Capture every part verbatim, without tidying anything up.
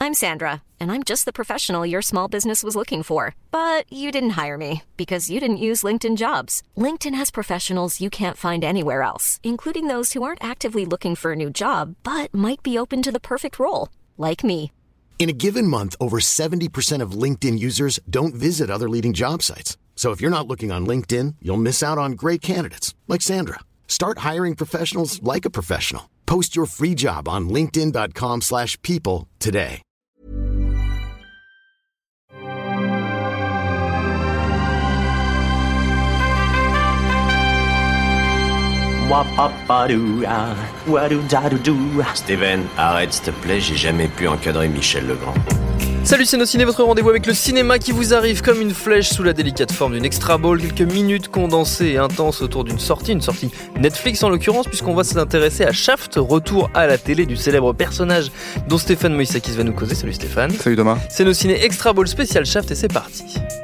I'm Sandra, and I'm just the professional your small business was looking for. But you didn't hire me because you didn't use LinkedIn Jobs. LinkedIn has professionals you can't find anywhere else, including those who aren't actively looking for a new job, but might be open to the perfect role, like me. In a given month, over seventy percent of LinkedIn users don't visit other leading job sites. So if you're not looking on LinkedIn, you'll miss out on great candidates like Sandra. Start hiring professionals like a professional. Post your free job on linkedin.com slash people today. Steven, arrête s'il te plaît, j'ai jamais pu encadrer Michel Legrand. Salut c'est nos ciné, votre rendez-vous avec le cinéma qui vous arrive comme une flèche sous la délicate forme d'une extra ball, quelques minutes condensées et intenses autour d'une sortie, une sortie Netflix en l'occurrence, puisqu'on va s'intéresser à Shaft, retour à la télé du célèbre personnage dont Stéphane Moïsakis va nous causer. Salut Stéphane. Salut Thomas. C'est nos ciné extra ball spécial Shaft et c'est parti.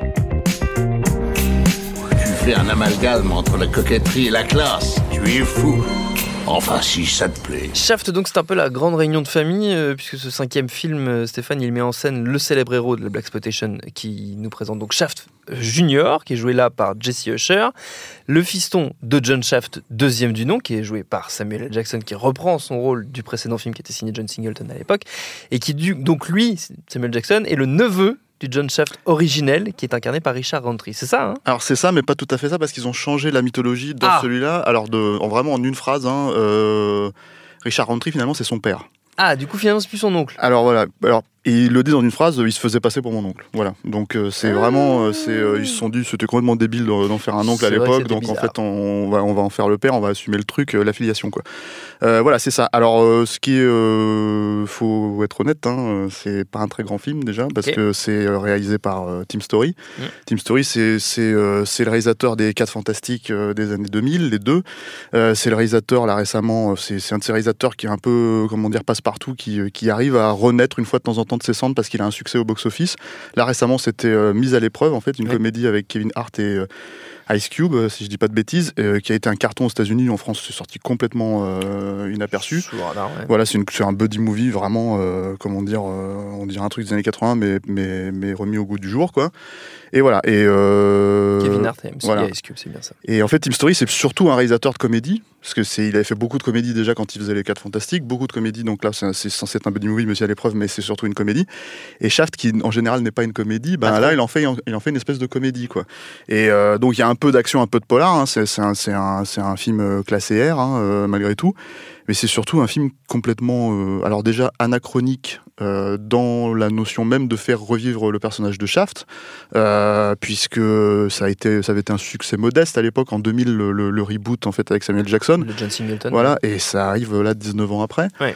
Tu fais un amalgame entre la coquetterie et la classe, tu es fou. Enfin, si ça te plaît. Shaft, donc, c'est un peu la grande réunion de famille, euh, puisque ce cinquième film, euh, Stéphane, il met en scène le célèbre héros de la Blaxploitation, qui nous présente donc Shaft Junior, qui est joué là par Jesse Usher, le fiston de John Shaft, deuxième du nom, qui est joué par Samuel L. Jackson, qui reprend son rôle du précédent film qui était signé John Singleton à l'époque, et qui, donc, lui, Samuel Jackson, est le neveu du John Shaft originel, qui est incarné par Richard Roundtree. C'est ça, hein ? Alors c'est ça, mais pas tout à fait ça, parce qu'ils ont changé la mythologie dans ah. celui-là. Alors de, en vraiment en une phrase, hein, euh, Richard Roundtree finalement c'est son père. Ah, du coup finalement c'est plus son oncle. Alors voilà, alors et il le dit dans une phrase, il se faisait passer pour mon oncle. Voilà, donc euh, c'est ah. vraiment, euh, c'est, euh, ils se sont dit c'était complètement débile d'en faire un oncle c'est à l'époque, donc bizarre. En fait on va, on va en faire le père, on va assumer le truc, euh, l'affiliation quoi. Euh, voilà, c'est ça. Alors euh, ce qui est, euh, faut être honnête, hein, c'est pas un très grand film déjà, parce okay. que c'est réalisé par euh, Tim Story. Mmh. Tim Story, c'est c'est euh, c'est le réalisateur des quatre Fantastiques euh, des années deux mille, les deux. Euh, c'est le réalisateur là récemment, c'est c'est un de ces réalisateurs qui est un peu, comment dire, passe-partout, qui qui arrive à renaître une fois de temps en temps de ses cendres parce qu'il a un succès au box-office. Là récemment c'était euh, Mise à l'épreuve en fait, une oui. comédie avec Kevin Hart et euh, Ice Cube, euh, si je dis pas de bêtises, euh, qui a été un carton aux États-Unis. En France c'est sorti complètement euh, inaperçu. Radar, ouais. Voilà, c'est, une, c'est un buddy movie vraiment, euh, comment dire, euh, on dirait un truc des années quatre-vingts mais, mais, mais remis au goût du jour quoi. Et voilà. Et euh, Kevin Hart et M C voilà. Ice Cube, c'est bien ça. Et en fait, Tim Story, c'est surtout un réalisateur de comédie, parce que c'est, il avait fait beaucoup de comédies déjà quand il faisait les quatre Fantastiques, beaucoup de comédies. Donc là, c'est, c'est censé être un buddy movie, monsieur à l'épreuve, mais c'est surtout une comédie. Et Shaft, qui en général n'est pas une comédie, ben là, il en fait, il en fait une espèce de comédie, quoi. Et euh, donc il y a un peu d'action, un peu de polar. Hein, c'est, c'est, un, c'est, un, c'est un film classé R, hein, euh, malgré tout. Mais c'est surtout un film complètement, euh, alors déjà anachronique euh, dans la notion même de faire revivre le personnage de Shaft, euh, puisque ça a été, ça avait été un succès modeste à l'époque en deux mille, le, le, le reboot en fait avec Samuel Jackson. Le John Singleton. Voilà, et ça arrive là dix-neuf ans après. Ouais.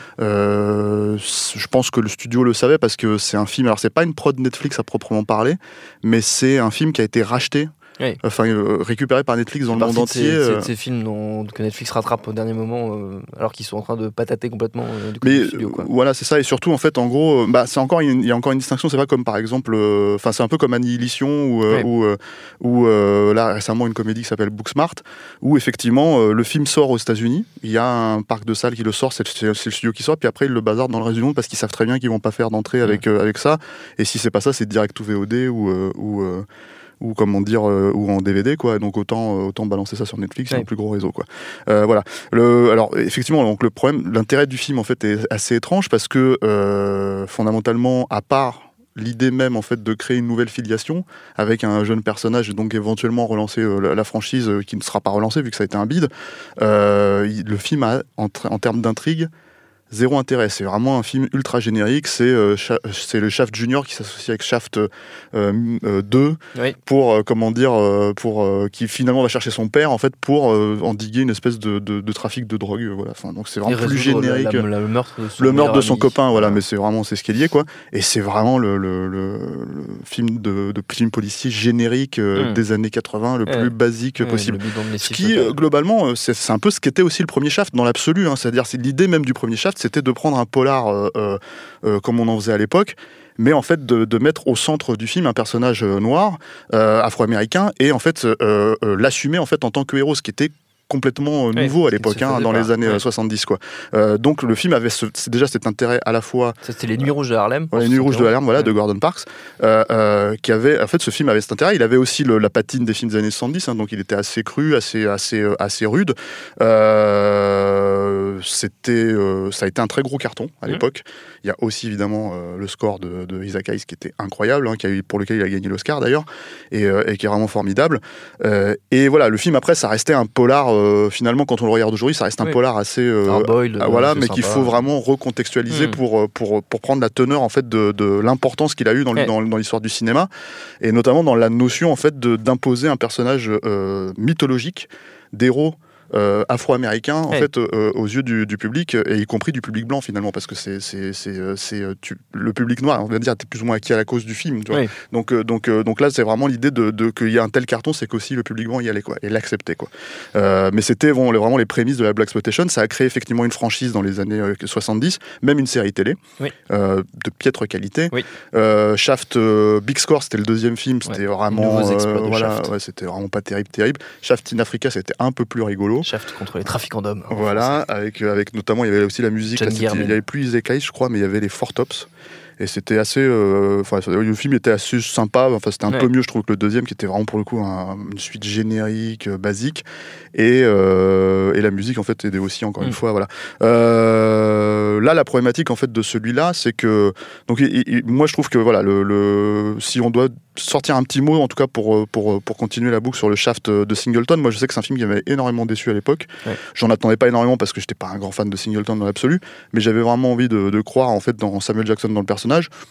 Euh, je pense que le studio le savait parce que c'est un film. Alors c'est pas une prod Netflix à proprement parler, mais c'est un film qui a été racheté. Oui. Enfin, euh, récupéré par Netflix dans le monde entier. C'est, euh... c'est ces films dont, que Netflix rattrape au dernier moment, euh, alors qu'ils sont en train de patater complètement euh, du côté Mais, du studio. Quoi. Voilà, c'est ça. Et surtout, en fait, en gros, bah, c'est encore il y a encore une distinction. C'est pas comme par exemple, enfin, euh, c'est un peu comme Annihilation ou euh, ou, euh, ou euh, là récemment une comédie qui s'appelle Booksmart, où effectivement euh, le film sort aux États-Unis. Il y a un parc de salles qui le sort, c'est, c'est, c'est le studio qui sort, puis après ils le bazardent dans le reste du monde parce qu'ils savent très bien qu'ils vont pas faire d'entrée avec mmh. euh, avec ça. Et si c'est pas ça, c'est direct ou V O D ou euh, ou euh, ou comment dire euh, ou en D V D quoi, donc autant euh, autant balancer ça sur Netflix, c'est ouais. un plus gros réseau quoi. Euh, voilà. Le, alors effectivement, donc le problème, l'intérêt du film en fait est assez étrange parce que euh, fondamentalement, à part l'idée même en fait de créer une nouvelle filiation avec un jeune personnage et donc éventuellement relancer euh, la, la franchise euh, qui ne sera pas relancée vu que ça a été un bide, euh, il, le film a en, en termes d'intrigue zéro intérêt, c'est vraiment un film ultra générique, c'est, euh, Sha- c'est le Shaft Junior qui s'associe avec Shaft euh, euh, deux oui. pour, euh, comment dire, euh, pour, euh, qui finalement va chercher son père en fait pour euh, endiguer une espèce de, de, de trafic de drogue, voilà. Enfin, donc c'est vraiment plus générique. La, la, le meurtre de son, le meurtre de son ami. copain, voilà, mais c'est vraiment, c'est ce qui est lié, quoi. Et c'est vraiment le, le, le, le film de, de film policier générique euh, mmh. des années quatre-vingts, le ouais. plus basique ouais, possible. Ce qui, euh, globalement, c'est, c'est un peu ce qu'était aussi le premier Shaft dans l'absolu, hein. C'est-à-dire, c'est l'idée même du premier Shaft, c'était de prendre un polar euh, euh, euh, comme on en faisait à l'époque, mais en fait de, de mettre au centre du film un personnage euh, noir, euh, afro-américain, et en fait euh, euh, l'assumer en fait en tant que héros, ce qui était complètement nouveau oui, à l'époque, hein, dans pas. les années ouais. soixante-dix, quoi. Euh, donc le film avait ce, c'est déjà cet intérêt à la fois. Ça, c'était les Nuits Rouges de Harlem. Ouais, les Nuits Rouges de Harlem, voilà, ouais. de Gordon Parks, euh, euh, qui avait, en fait, ce film avait cet intérêt. Il avait aussi le, la patine des films des années soixante-dix, hein, donc il était assez cru, assez, assez, euh, assez rude. Euh, c'était, euh, ça a été un très gros carton à l'époque. Mmh. Il y a aussi évidemment euh, le score de, de Isaac Hayes qui était incroyable, hein, qui a eu, pour lequel il a gagné l'Oscar d'ailleurs, et, euh, et qui est vraiment formidable. Euh, et voilà, le film après, ça restait un polar. Euh, finalement, quand on le regarde aujourd'hui, ça reste un oui. polar assez, euh, Boyle, euh, voilà, mais sympa. Qu'il faut vraiment recontextualiser mmh. pour, pour pour prendre la teneur en fait de, de l'importance qu'il a eu dans, ouais. dans, dans l'histoire du cinéma, et notamment dans la notion en fait de, d'imposer un personnage euh, mythologique d'héros. Euh, afro-américain en hey. fait euh, aux yeux du, du public, et y compris du public blanc finalement, parce que c'est, c'est, c'est, c'est tu, le public noir, on va dire, t'es plus ou moins acquis à la cause du film, tu vois. Oui. donc, euh, donc, euh, donc là c'est vraiment l'idée de, de, qu'il y a un tel carton, c'est qu'aussi le public blanc y allait, quoi, et l'acceptait, quoi. Euh, mais c'était bon, vraiment les prémices de la blaxploitation. Ça a créé effectivement une franchise dans les années soixante-dix, même une série télé oui. euh, de piètre qualité. oui. euh, Shaft, euh, Big Score, c'était le deuxième film, c'était ouais. vraiment euh, voilà, ouais, c'était vraiment pas terrible terrible. Shaft in Africa, c'était un peu plus rigolo. Shaft contre les trafiquants d'hommes. Voilà, avec, avec notamment, il y avait aussi la musique, là, il y avait plus Isaac Hayes, je crois, mais il y avait les Four Tops. Et c'était assez. Enfin, euh, le film était assez sympa. Enfin, c'était un ouais. peu mieux, je trouve, que le deuxième, qui était vraiment pour le coup un, une suite générique, euh, basique. Et, euh, et la musique, en fait, aidait aussi, encore mmh. une fois. Voilà. Euh, là, la problématique, en fait, de celui-là, c'est que. Donc, il, il, moi, je trouve que, voilà, le, le, si on doit sortir un petit mot, en tout cas, pour, pour, pour continuer la boucle sur le Shaft de Singleton, moi, je sais que c'est un film qui m'avait énormément déçu à l'époque. Ouais. J'en attendais pas énormément parce que j'étais pas un grand fan de Singleton dans l'absolu, mais j'avais vraiment envie de, de croire, en fait, dans Samuel Jackson, dans le personnage.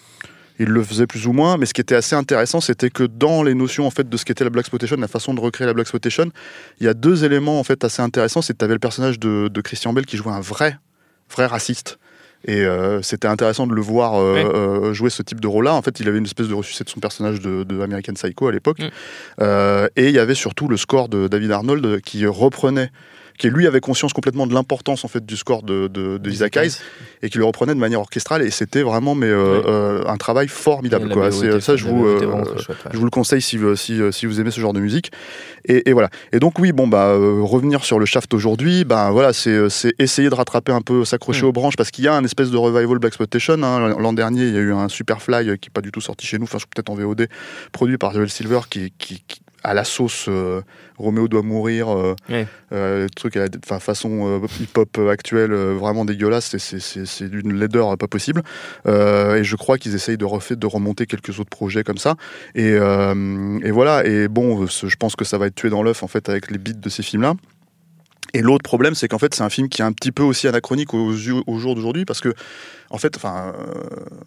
Il le faisait plus ou moins, mais ce qui était assez intéressant, c'était que dans les notions en fait de ce qu'était la blaxploitation, la façon de recréer la blaxploitation, il y a deux éléments en fait assez intéressants. C'est que tu avais le personnage de, de Christian Bale qui jouait un vrai, vrai raciste. Et euh, c'était intéressant de le voir euh, ouais. euh, jouer ce type de rôle-là. En fait, il avait une espèce de ressuscité de son personnage de, de American Psycho à l'époque. Mm. Euh, et il y avait surtout le score de David Arnold qui reprenait, qui lui avait conscience complètement de l'importance en fait du score de, de, de Isaac Hayes, et qui le reprenait de manière orchestrale, et c'était vraiment mais euh, oui. euh, un travail formidable, quoi. C'est, ça je vous euh, chouette, ouais. je vous le conseille si, si, si vous aimez ce genre de musique, et, et voilà. Et donc oui bon bah euh, revenir sur le Shaft aujourd'hui, bah voilà, c'est, c'est essayer de rattraper un peu, s'accrocher mmh. aux branches, parce qu'il y a un espèce de revival blaxploitation, hein. L'an dernier il y a eu un Superfly qui est pas du tout sorti chez nous, enfin peut-être en V O D, produit par Joel Silver, qui, qui, qui à la sauce euh, Roméo doit mourir, euh, oui. euh, truc à la façon euh, hip-hop actuelle, euh, vraiment dégueulasse, c'est, c'est, c'est, c'est d'une laideur pas possible. Euh, et je crois qu'ils essayent de, refaire, de remonter quelques autres projets comme ça. Et, euh, et voilà, et bon, je pense que ça va être tué dans l'œuf en fait avec les beats de ces films-là. Et l'autre problème, c'est qu'en fait, c'est un film qui est un petit peu aussi anachronique au, au jour d'aujourd'hui, parce que, en fait, enfin. Euh,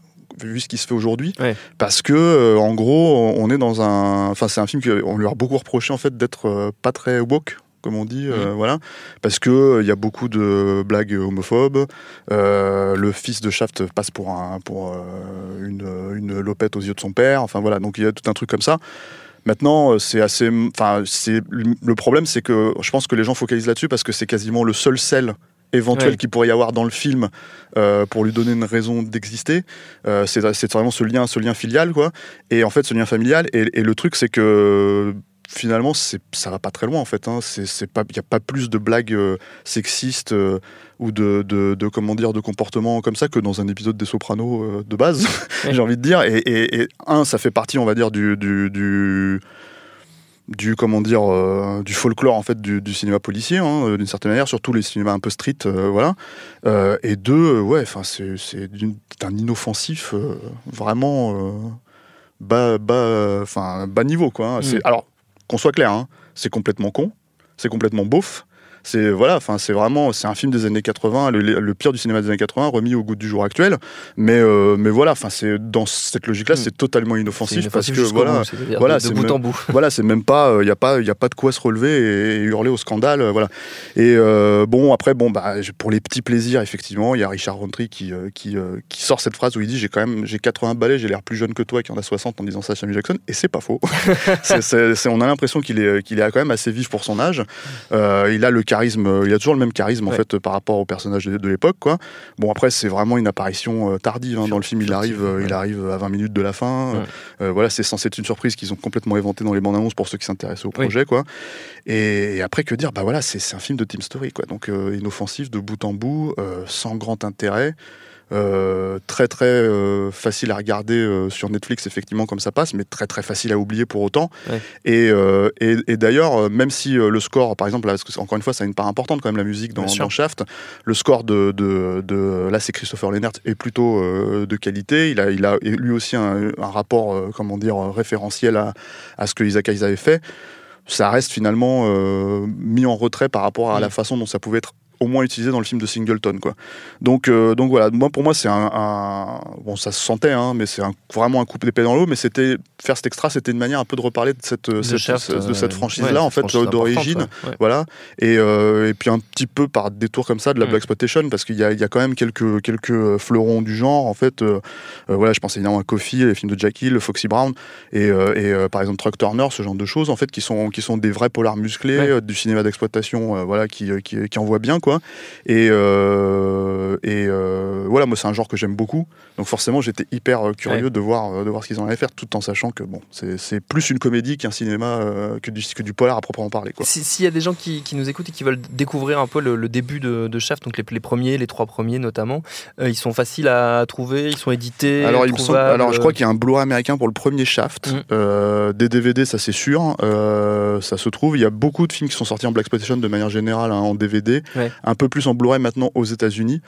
vu ce qui se fait aujourd'hui, ouais. parce que euh, en gros on est dans un, enfin c'est un film qu'on lui a beaucoup reproché en fait d'être euh, pas très woke, comme on dit, euh, mmh. voilà, parce que il euh, y a beaucoup de blagues homophobes. Euh, le fils de Shaft passe pour un, pour euh, une, une lopette aux yeux de son père. Enfin voilà, donc il y a tout un truc comme ça. Maintenant, c'est assez, enfin c'est le problème, c'est que je pense que les gens focalisent là-dessus parce que c'est quasiment le seul sel éventuel ouais. qu'il pourrait y avoir dans le film euh, pour lui donner une raison d'exister. Euh, c'est, c'est vraiment ce lien, ce lien filial, quoi. Et en fait, ce lien familial. Et, et le truc, c'est que finalement, c'est, ça va pas très loin, en fait. Hein. C'est, c'est pas, il y a pas plus de blagues euh, sexistes euh, ou de, de, de, comment dire, de comportements comme ça que dans un épisode des Sopranos euh, de base, ouais. j'ai envie de dire. Et, et, et un, ça fait partie, on va dire, du, du, du du comment dire euh, du folklore en fait du, du cinéma policier, hein, d'une certaine manière, surtout les cinémas un peu street, euh, voilà. Euh, et deux, euh, ouais, enfin c'est c'est d'un inoffensif euh, vraiment euh, bas bas enfin bas niveau, quoi. Hein. Mm. C'est, alors qu'on soit clair, hein, c'est complètement con, c'est complètement beauf. C'est voilà, enfin c'est vraiment c'est un film des années quatre-vingts, le, le pire du cinéma des années quatre-vingts remis au goût du jour actuel. Mais euh, mais voilà, enfin c'est dans cette logique-là, mmh. c'est totalement inoffensif, c'est parce que voilà, bout, voilà, de, c'est de bout même, en bout. Voilà, c'est même pas il euh, y a pas il y a pas de quoi se relever et, et hurler au scandale, euh, voilà. Et euh, bon après bon bah pour les petits plaisirs effectivement, il y a Richard Roundtree qui euh, qui euh, qui sort cette phrase où il dit j'ai quand même j'ai quatre-vingts balais, j'ai l'air plus jeune que toi qui en a soixante en disant ça à Samuel Jackson, et c'est pas faux. c'est, c'est, c'est, on a l'impression qu'il est qu'il est quand même assez vif pour son âge. Euh, il a le charisme charisme, il a toujours le même charisme en ouais. fait par rapport au personnage de, de l'époque, quoi. Bon après c'est vraiment une apparition euh, tardive hein, dans le film. Il arrive, euh, ouais. il arrive à vingt minutes de la fin. Ouais. Euh, voilà, c'est censé être une surprise qu'ils ont complètement inventée dans les bandes annonces pour ceux qui s'intéressent au projet, oui. quoi. Et, et après que dire, bah voilà, c'est, c'est un film de Team Story, quoi. Donc euh, inoffensif de bout en bout, euh, sans grand intérêt. Euh, très très euh, facile à regarder euh, sur Netflix effectivement comme ça passe, mais très très facile à oublier pour autant. Ouais. Et, euh, et, et d'ailleurs même si euh, le score par exemple là, parce que encore une fois ça a une part importante quand même la musique dans, dans Shaft, le score de, de, de là c'est Christopher Lennart est plutôt euh, de qualité. Il a, il a lui aussi un, un rapport euh, comment dire référentiel à, à ce que Isaac Hayes avait fait. Ça reste finalement euh, mis en retrait par rapport à mmh. la façon dont ça pouvait être au moins utilisé dans le film de Singleton, quoi. Donc, euh, donc voilà, moi pour moi c'est un, un bon ça se sentait, hein, mais c'est un, vraiment un coup d'épée dans l'eau. Mais c'était faire cet extra, c'était une manière un peu de reparler de cette, de cette, Shaft, de cette franchise-là, ouais, en fait, franchise d'origine, ouais. voilà. Et, euh, et puis un petit peu par détour comme ça de la mmh. Blaxploitation, parce qu'il y a, il y a quand même quelques quelques fleurons du genre, en fait. Euh, euh, voilà, je pense évidemment à Coffy, les films de Jack Hill, Foxy Brown, et, euh, et euh, par exemple Truck Turner, ce genre de choses, en fait, qui sont qui sont des vrais polars musclés, ouais. euh, du cinéma d'exploitation, euh, voilà, qui qui, qui envoie bien, quoi. Et, euh, et euh, voilà, moi c'est un genre que j'aime beaucoup, donc forcément j'étais hyper curieux ouais. de voir de voir ce qu'ils en allaient faire, tout en sachant que bon, c'est, c'est plus une comédie qu'un cinéma euh, que du que du polar à proprement parler, quoi. Si, s'il y a des gens qui, qui nous écoutent et qui veulent découvrir un peu le, le début de, de Shaft, donc les, les premiers, les trois premiers notamment, euh, ils sont faciles à trouver, ils sont édités. Alors, il me semble, alors je crois qu'il y a un Blu-ray américain pour le premier Shaft, mmh. euh, des D V D, ça c'est sûr, euh, ça se trouve. Il y a beaucoup de films qui sont sortis en Blaxploitation de manière générale, hein, en D V D, ouais. un peu plus en Blu-ray maintenant aux États-Unis,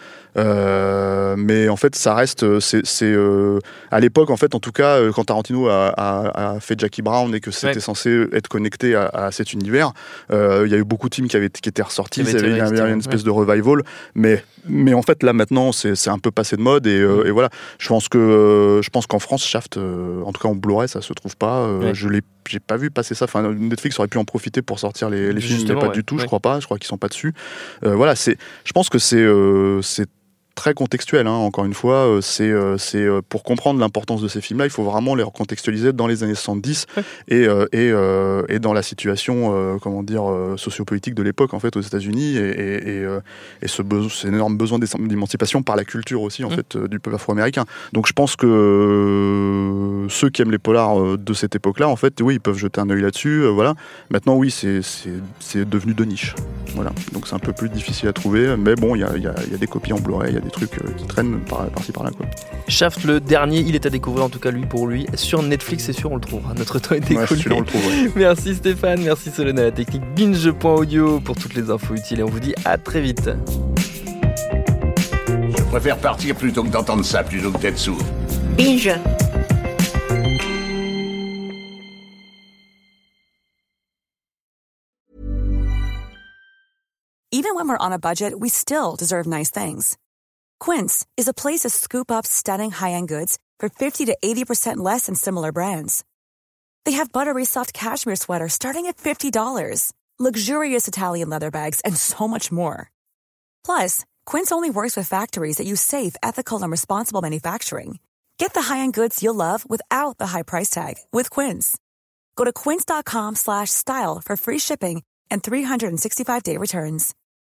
euh, mais en fait ça reste, c'est, c'est euh, à l'époque en fait, en tout cas, quand Tarantino a, a, a fait Jackie Brown et que c'était ouais. censé être connecté à, à cet univers, euh, il y a eu beaucoup de films qui avaient qui étaient ressortis, il y avait, il y avait une espèce ouais. de revival, mais mais en fait là maintenant c'est c'est un peu passé de mode et, euh, et voilà, je pense que euh, je pense qu'en France Shaft, euh, en tout cas en Blu-ray ça se trouve pas, euh, ouais. je l'ai j'ai pas vu passer ça. Enfin, Netflix aurait pu en profiter pour sortir les, les films, mais pas ouais. du tout. Ouais. Je crois pas. Je crois qu'ils sont pas dessus. Euh, voilà, c'est. Je pense que c'est euh, c'est très contextuel. Hein, encore une fois, c'est c'est pour comprendre l'importance de ces films-là, il faut vraiment les recontextualiser dans les années soixante-dix ouais. et euh, et euh, et dans la situation euh, comment dire euh, sociopolitique de l'époque en fait aux États-Unis et et, et, euh, et ce besoin, c'est un énorme besoin d'émancipation par la culture aussi en mmh. fait euh, du peuple afro-américain. Donc je pense que euh, ceux qui aiment les polars euh, de cette époque-là, en fait, oui, ils peuvent jeter un œil là-dessus. Euh, voilà. Maintenant, oui, c'est c'est c'est devenu de niche. Voilà. Donc c'est un peu plus difficile à trouver, mais bon, il y a il y a il y a des copies en Blu-ray, il y a des trucs euh, qui traînent par, par-ci par-là, quoi. Shaft, le dernier, il est à découvrir, en tout cas lui pour lui, sur Netflix, c'est sûr, on le trouvera. Notre temps est écoulé. Ouais, celui-là, on le trouve, ouais. Merci Stéphane, merci Solène à la technique, binge point audio pour toutes les infos utiles et on vous dit à très vite. Je préfère partir plutôt que d'entendre ça, plutôt que d'être sourd. Binge. Even when we're on a budget, we still deserve nice things. Quince is a place to scoop up stunning high-end goods for fifty to eighty percent less than similar brands. They have buttery soft cashmere sweaters starting at fifty dollars, luxurious Italian leather bags, and so much more. Plus, Quince only works with factories that use safe, ethical, and responsible manufacturing. Get the high-end goods you'll love without the high price tag with Quince. Go to quince dot com slash style for free shipping and three sixty-five day returns.